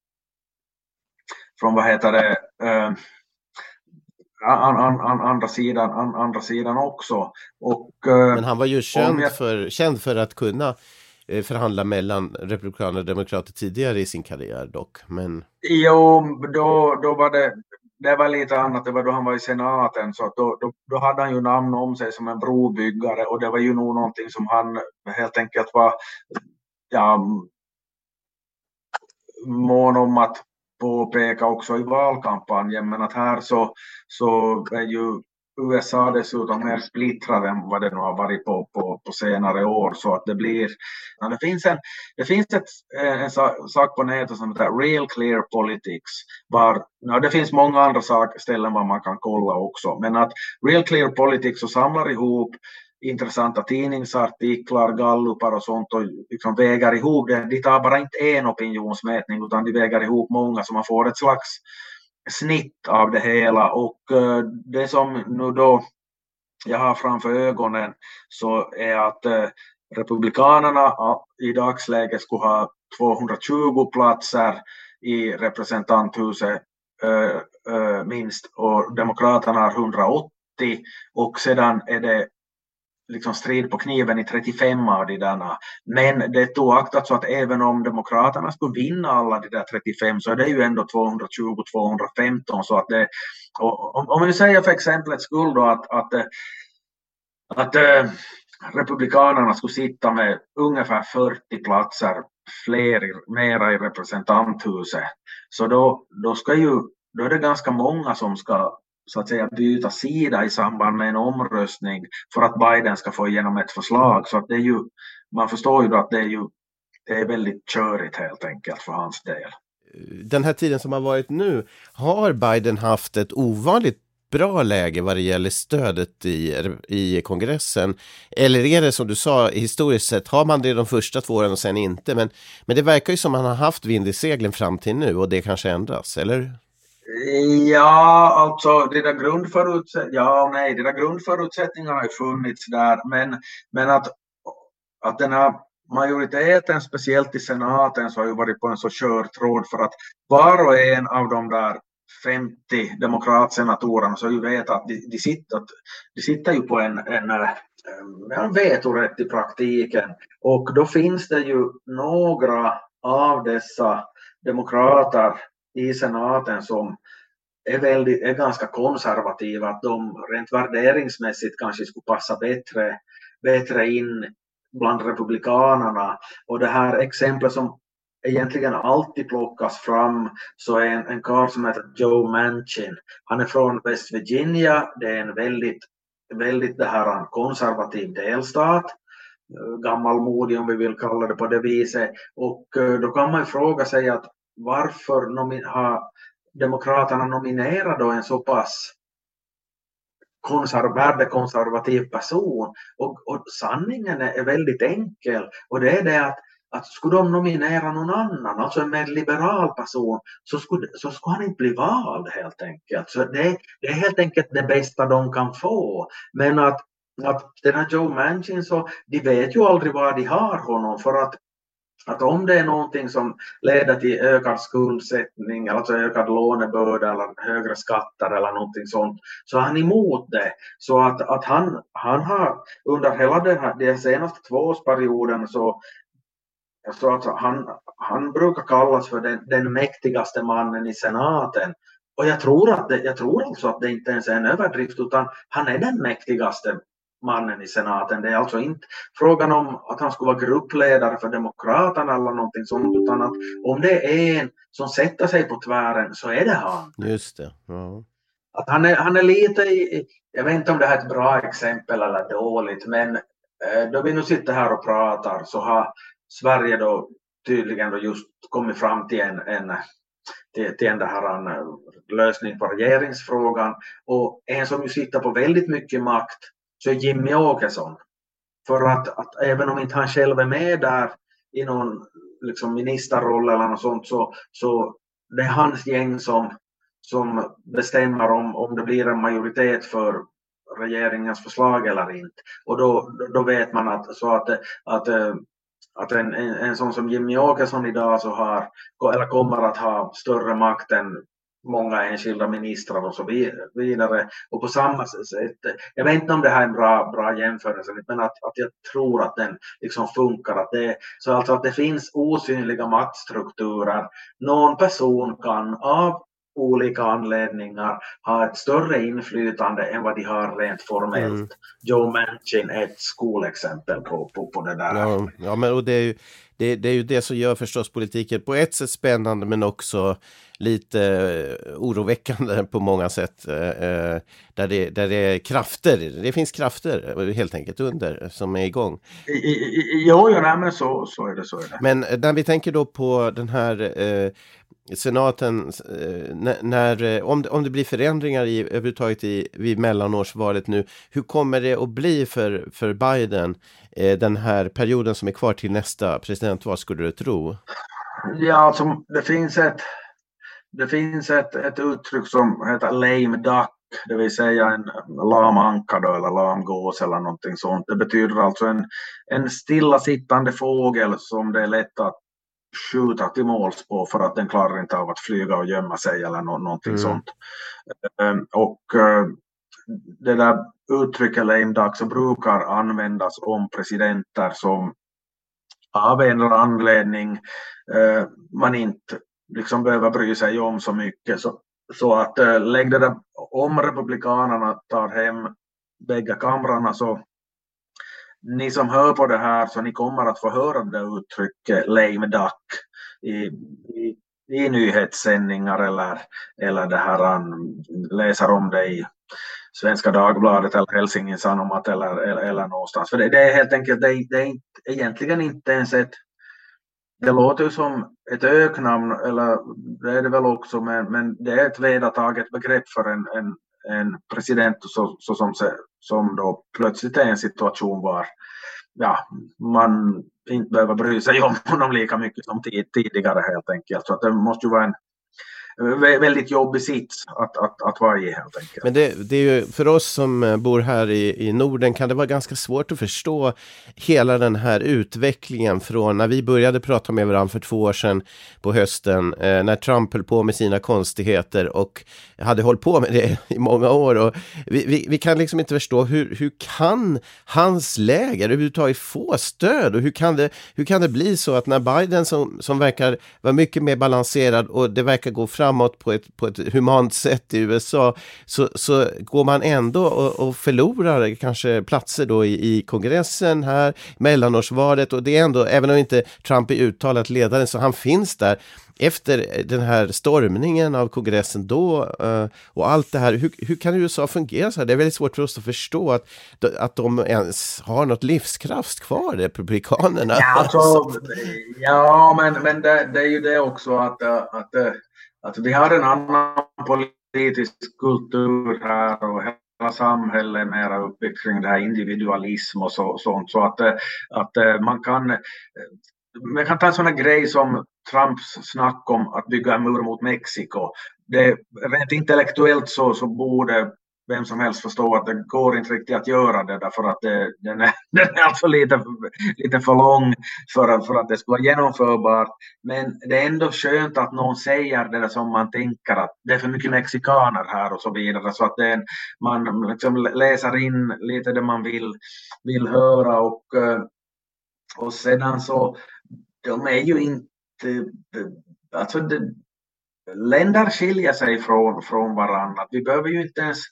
från vad heter det eh, an, an, an, andra sidan an, andra sidan också. Och eh, men han var ju känd jag... för känd för att kunna eh, förhandla mellan republikaner och demokrater tidigare i sin karriär dock, men jo, då då var det det var lite annat. Det var då han var i senaten, så att då, då, då hade han ju namn om sig som en brobyggare, och det var ju nog någonting som han helt enkelt var ja, mån om att påpeka också i valkampanjen. Men att här så, så är ju U S A dessutom mer splittrad än vad det nu har varit på, på, på senare år, så att det blir, ja, det finns en, det finns ett, en sak på nätet som heter Real Clear Politics, var, ja, det finns många andra sak, ställen var man kan kolla också, men att Real Clear Politics så samlar ihop intressanta tidningsartiklar, gallupar och sånt och liksom väger ihop det. De tar bara inte en opinionsmätning utan de väger ihop många så man får ett slags snitt av det hela, och uh, det som nu då jag har framför ögonen så är att uh, republikanerna uh, i dagsläget skulle ha tvåhundratjugo platser i representanthuset uh, uh, minst, och demokraterna har hundraåttio, och sedan är det liksom strid på kniven i trettiofem av de där. Men det är oaktat så att även om demokraterna skulle vinna alla de där trettiofem så är det ju ändå tvåhundratjugo till tvåhundrafemton, så att det, om, om vi säger för exemplets skull då att, att, att äh, republikanerna skulle sitta med ungefär fyrtio platser fler, mera i representanthuset, så då, då ska ju, då är det ganska många som ska så att säga byta sida i samband med en omröstning för att Biden ska få igenom ett förslag, så att det är ju, man förstår ju då att det är ju det är väldigt körigt helt enkelt för hans del. Den här tiden som har varit nu, har Biden haft ett ovanligt bra läge vad det gäller stödet i, i kongressen, eller är det som du sa historiskt sett, har man det de första två åren och sen inte, men, men det verkar ju som man har haft vind i seglen fram till nu och det kanske ändras, eller? Ja, alltså det där grundförutsättningar, ja och nej, det där grundförutsättningarna har ju funnits där, men, men att, att den här majoriteten, speciellt i senaten, så har ju varit på en så körtråd, för att var och en av de där femtio demokratsenatorerna så ju vet att de, de, sitter, de sitter ju på en, en, en vetorätt i praktiken, och då finns det ju några av dessa demokrater i senaten som är, väldigt, är ganska konservativa, att de rent värderingsmässigt kanske skulle passa bättre, bättre in bland republikanerna. Och det här exemplet som egentligen alltid plockas fram, så är en, en karl som heter Joe Manchin. Han är från West Virginia, det är en väldigt, väldigt det här en konservativ delstat, gammalmodig om vi vill kalla det på det viset, och då kan man ju fråga sig att varför nomin- har demokraterna nominerat då en så pass konserv- värdekonservativ person, och, och sanningen är väldigt enkel, och det är det att, att skulle de nominera någon annan, alltså en mer liberal person, så skulle, så skulle han inte bli vald helt enkelt, så det, det är helt enkelt det bästa de kan få. Men att, att den här Joe Manchin, så de vet ju aldrig vad de har honom, för att att om det är någonting som leder till ökad skuldsättning, alltså ökad lånebörda eller högre skatter eller någonting sånt, så är han emot det. Så att, att han, han har under hela den här, den senaste tvåårsperioden så, så att han, han brukar kallas för den, den mäktigaste mannen i senaten. Och jag tror, att det, jag tror alltså att det inte ens är en överdrift, utan han är den mäktigaste mannen i senaten. Det är alltså inte frågan om att han skulle vara gruppledare för demokraterna eller någonting sånt, utan att om det är en som sätter sig på tvären så är det han. Just det. Ja. Att han är, han är lite i, jag vet inte om det här är ett bra exempel eller dåligt, men eh, då vi nu sitter här och pratar så har Sverige då tydligen då just kommit fram till en, en till, till en det här en lösning på regeringsfrågan, och en som ju sitter på väldigt mycket makt så är Jimmy Åkesson. För att, att även om inte han själv är med där i någon liksom ministerroll eller något sånt, så, så det är hans gäng som, som bestämmer om, om det blir en majoritet för regeringens förslag eller inte. Och då, då vet man att, så att, att, att en, en, en sån som Jimmy Åkesson idag så har, eller kommer att ha större makt än många enskilda ministrar och så vidare. Och på samma sätt, jag vet inte om det här är en bra, bra jämförelse, men att, att jag tror att den liksom funkar. Att det, så alltså att det finns osynliga maktstrukturer. Någon person kan av olika anledningar ha ett större inflytande än vad de har rent formellt. Mm. Joe Manchin är ett skolexempel på, på, på det där. Ja, ja men och det är ju det, det är ju det som gör förstås politiken på ett sätt spännande, men också lite eh, oroväckande på många sätt. Eh, där, det, där det är krafter, det finns krafter helt enkelt under som är igång. I, i, jo, ja, nej, men så, så är det, så är det. Men när vi tänker då på den här eh, senaten, eh, när, när, om, om det blir förändringar i, överhuvudtaget i, vid mellanårsvalet nu, hur kommer det att bli för, för Biden eh, den här perioden som är kvar till nästa presidentval, skulle du tro? Ja, alltså, det finns ett det finns ett, ett uttryck som heter lame duck, det vill säga en lam anka då, eller lam gås eller någonting sånt. Det betyder alltså en, en stillasittande fågel som det är lätt att skjuta till måls på för att den klarar inte av att flyga och gömma sig eller no- någonting mm. sånt. Um, och uh, det där uttrycket lame duck så brukar användas om presidenter som av en eller annan anledning uh, man inte liksom behöver bry sig om så mycket. Så, så att uh, lägg det där, om republikanerna tar hem bägge kamrarna, så ni som hör på det här, så ni kommer att få höra det uttrycket lame duck i, i, i nyhetssändningar eller, eller det här han läser om det i Svenska Dagbladet eller Helsingin Sanomat eller, eller, eller någonstans. För det, det är helt enkelt, det, det är inte, egentligen inte ens ett, det låter ju som ett öknamn, eller det är det väl också, men, men det är ett vedertaget begrepp för en, en, en president så, så som, som då plötsligt är en situation var ja, man inte behöver bry sig om honom lika mycket som tidigare helt enkelt. Så att det måste ju vara en väldigt jobbig sits att, att, att vara i helt enkelt. Men det, det är ju för oss som bor här i, i Norden kan det vara ganska svårt att förstå hela den här utvecklingen från när vi började prata med varandra för två år sedan på hösten, eh, när Trump höll på med sina konstigheter och hade hållit på med det i många år. Och vi, vi, vi kan liksom inte förstå hur, hur kan hans läger överhuvudtaget få stöd, och hur kan det, hur kan det bli så att när Biden som, som verkar vara mycket mer balanserad och det verkar gå framåt på ett, på ett humant sätt i U S A, så, så går man ändå och, och förlorar kanske platser då i, i kongressen här, mellanårsvalet, och det är ändå, även om inte Trump är uttalat ledaren, så han finns där efter den här stormningen av kongressen då uh, och allt det här. Hur, hur kan U S A fungera så här? Det är väldigt svårt för oss att förstå att, att de ens har något livskraft kvar, republikanerna. Ja, alltså, ja men, men det, det är ju det också att, att, att vi har en annan politisk kultur här och hela samhället är mer uppbyggt kring det här individualism och så, sånt. Så att, att man kan man kan ta en sån här grej som Trumps snack om att bygga en mur mot Mexiko. Det, rent intellektuellt så, så borde vem som helst förstå att det går inte riktigt att göra det, därför att det, den, är, den är alltså lite, lite för lång för, för att det ska vara genomförbart. Men det är ändå skönt att någon säger det som man tänker, att det är för mycket mexikaner här och så vidare, så att det, man liksom läser in lite det man vill, vill höra. Och, och sedan så de är ju inte, alltså det, länder skiljer sig från, från varandra. Vi behöver ju inte ens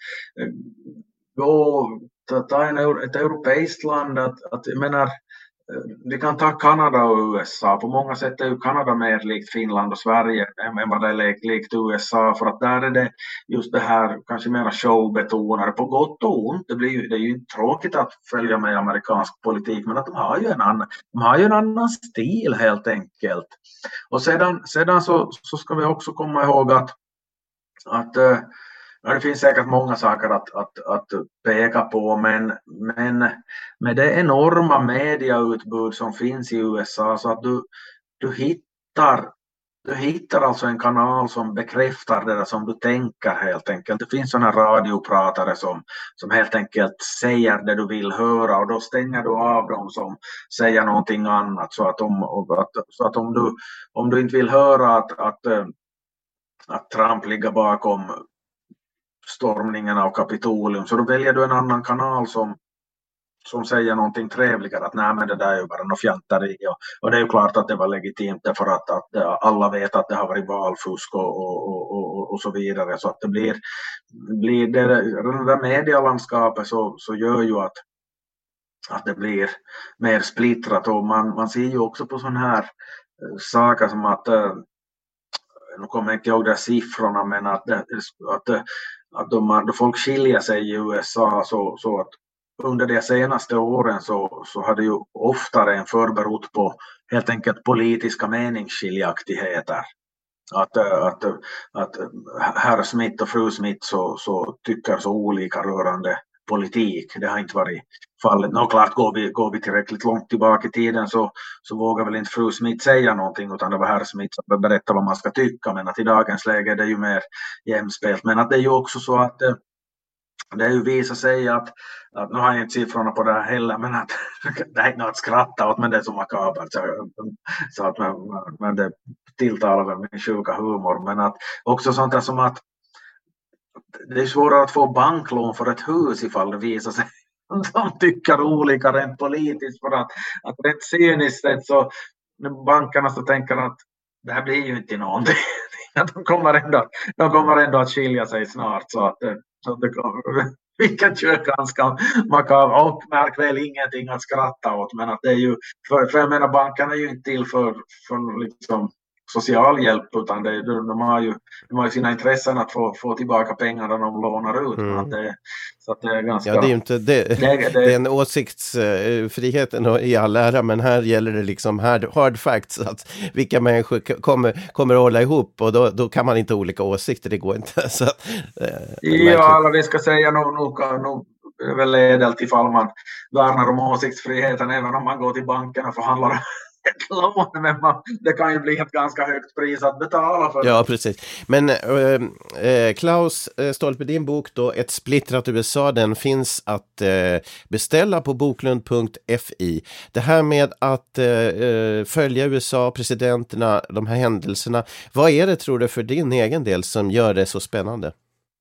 gå ta en, ett europeiskt land. Att, att, jag menar, vi kan ta Kanada och U S A. På många sätt är ju Kanada mer likt Finland och Sverige än vad det är likt, likt U S A. För att där är det just det här kanske mer showbetonade på gott och ont. Det, blir, det är ju inte tråkigt att följa med amerikansk politik, men att de har ju en annan, de har ju en annan stil helt enkelt. Och sedan, sedan så, så ska vi också komma ihåg att, att ja, det finns säkert många saker att, att, att peka på, men, men med det enorma mediautbud som finns i U S A, så att du, du, hittar, du hittar alltså en kanal som bekräftar det som du tänker helt enkelt. Det finns sådana radiopratare som, som helt enkelt säger det du vill höra, och då stänger du av dem som säger någonting annat. Så att om, att, så att om, du, om du inte vill höra att, att, att Trump ligger bakom stormningen av Kapitolium, så då väljer du en annan kanal som, som säger någonting trevligare, att nej men det där är ju bara något fjanteri, och, och det är ju klart att det var legitimt för att, att alla vet att det har varit valfusk och, och, och, och, och så vidare, så att det blir, blir det, det där medielandskapet så, så gör ju att, att det blir mer splittrat, och man, man ser ju också på sån här saker som att nu kommer jag inte ihåg de siffrorna, men att, det, att, att de, då folk skiljer sig i U S A så, så att under de senaste åren så, så hade ju oftare en förberott på helt enkelt politiska meningsskiljaktigheter. Att, att, att herr Smith och fru Smith så, så tycker så olika rörande politik. Det har inte varit fallet. Nå klart, går vi, går vi tillräckligt långt tillbaka i tiden så, så vågar väl inte fru Smith säga någonting, utan det var herr Smith som berättade vad man ska tycka. Men att i dagens läge är det ju mer jämspelt. Men att det är ju också så att det är ju visat sig att, att nu har jag inte siffrorna på det här heller, men att det är inte något att skratta åt, men det är så makabert så, så att man, man det tilltalar väl min sjuka humor. Men att också sånt där som att det är svårare att få banklån för ett hus ifall det visar sig att de tycker olika rent politiskt, för att, att rent cyniskt sett så bankerna så tänker att det här blir ju inte någonting. De kommer ändå, de kommer ändå att skilja sig snart, så att så det kommer, vilket ju är ganska makabert och märk väl ingenting att skratta åt, men att det är ju, för, för jag menar bankerna är ju inte till för, för liksom socialhjälp, utan det, de, har ju, de har ju sina intressen att få, få tillbaka pengar när de lånar ut. Mm. Att det, så att det är ganska... Ja, det är ju inte... Det, det, det, det är en åsiktsfriheten i all ära, men här gäller det liksom hard, hard facts, att vilka människor kommer, kommer att hålla ihop, och då, då kan man inte ha olika åsikter, det går inte. Så, eh, ja, alla vi ska säga nog, nog, nog är väl edelt ifall man värnar om åsiktsfriheten, även om man går till banken och förhandlar ett lån, men man, det kan ju bli ett ganska högt pris att betala för. Ja, precis. Men äh, Klaus Stolpe, din bok då, Ett splittrat U S A, den finns att äh, beställa på boklund punkt fi. Det här med att äh, följa U S A, presidenterna, de här händelserna, vad är det, tror du, för din egen del som gör det så spännande?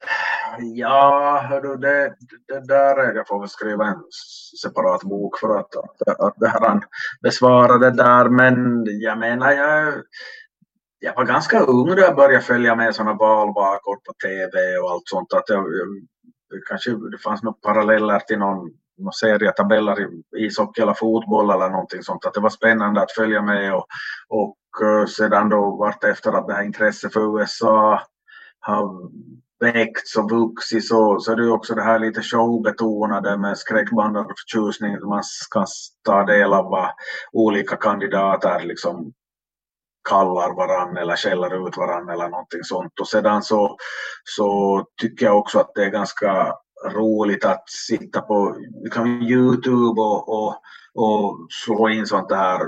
Ja, hördu, det, det där är, jag får väl skriva en separat bok för att, att, att det här han besvarade där, men jag menar, jag, jag var ganska ung då jag började följa med sådana valvakor på tv och allt sånt, att jag, kanske det fanns några paralleller till någon, någon serietabeller i ishockey eller fotboll eller någonting sånt, att det var spännande att följa med, och, och sedan då vart efter att det här intresset för U S A har växt och vuxit, så, så är det ju också det här lite showbetonade med skräckblandad förtjusning, att man ska ta del av vad olika kandidater liksom kallar varann eller skäller ut varann eller någonting sånt. Och sedan så, så tycker jag också att det är ganska roligt att sitta på liksom YouTube och, och, och slå in sånt här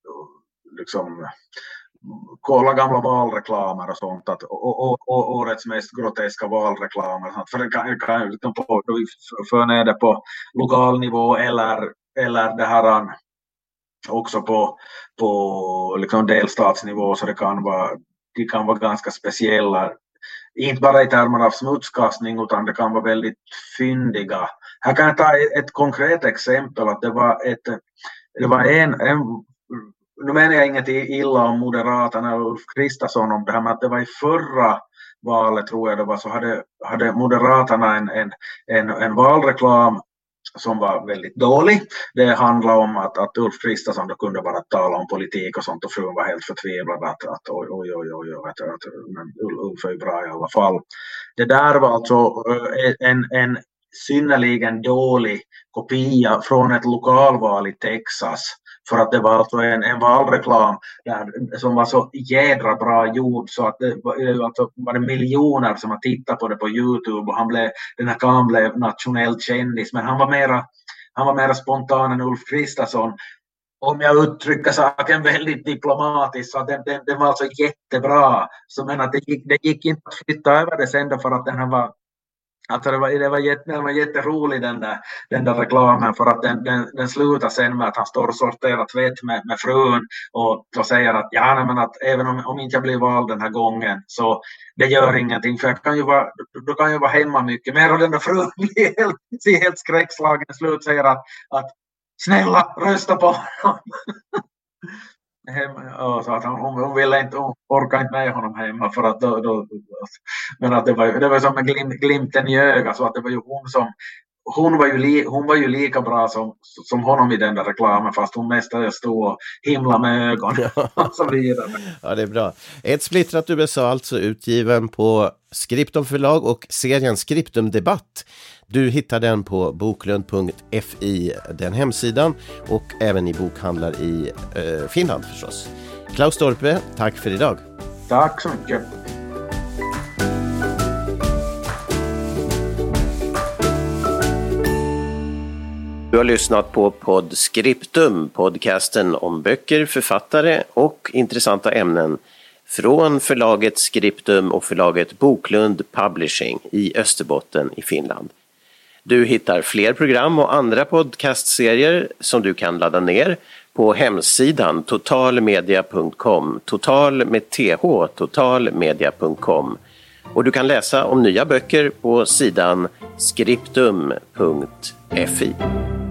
liksom kolla gamla valreklamer och sånt, att, och, och, och årets mest groteska valreklamer, sånt. För det kan, kan ju liksom på, då vi för ner det på lokal nivå eller, eller det här också på, på liksom delstatsnivå, så det kan vara, de kan vara ganska speciella, inte bara i termer av smutskastning, utan det kan vara väldigt fyndiga. Här kan jag ta ett konkret exempel, att det var ett det var en, en nu menar jag inget illa om Moderaterna och Ulf Kristersson om det här, men att det var i förra valet, tror jag det var, så hade, hade Moderaterna en, en, en, en valreklam som var väldigt dålig. Det handlade om att, att Ulf Kristersson då kunde bara tala om politik och sånt, och frun var helt förtvivlad att, att oj, oj, oj, oj, oj att, att, men Ulf är ju bra i alla fall. Det där var alltså en, en synnerligen dålig kopia från ett lokalval i Texas. För att det var alltså en, en valreklam där, som var så jädra bra gjord, så att det var, alltså, var det miljoner som har tittat på det på YouTube, och han blev, den här kan blev nationellt kändis, men han var mera, han var mera spontan än Ulf Kristersson. Om jag uttrycker saken väldigt diplomatiskt, så den, den, den var alltså jättebra. Så men att det gick, det gick inte att flytta över det sen då, för att den här var Alltså det var, det var, jätte, det var jätterolig den där, den där reklamen, för att den, den, den slutar sen med att han står och sorterar tvätt med, med frun, och så säger att, ja, nej, men att även om, om inte jag blir vald den här gången, så det gör ingenting, för jag kan ju vara, då kan jag vara hemma mycket mer, och den där frun blir helt, ser helt skräckslagen, slut säger att, att snälla rösta på honom. Hemma, så att hon, hon ville inte, hon orkade inte med honom hemma, för att då, då, men att det var, det var som en glim, glimten i ögat, så att det var ju hon som hon, var ju li, hon var ju lika bra som, som honom i den där reklamen, fast hon mestadels stod och himla med ögonen och så vidare. Ja, det är bra. Ett splittrat U S A, alltså utgiven på Skriptum förlag, och serien Skriptum Debatt. Du hittar den på boklund punkt f i, den hemsidan, och även i bokhandlar i eh, Finland förstås. Klaus Dorpe, tack för idag. Tack så mycket. Du har lyssnat på Podd Skriptum, podcasten om böcker, författare och intressanta ämnen från förlaget Skriptum och förlaget Boklund Publishing i Österbotten i Finland. Du hittar fler program och andra podcastserier som du kan ladda ner på hemsidan totalmedia punkt com, total med th, totalmedia punkt com. Och du kan läsa om nya böcker på sidan skriptum punkt f i.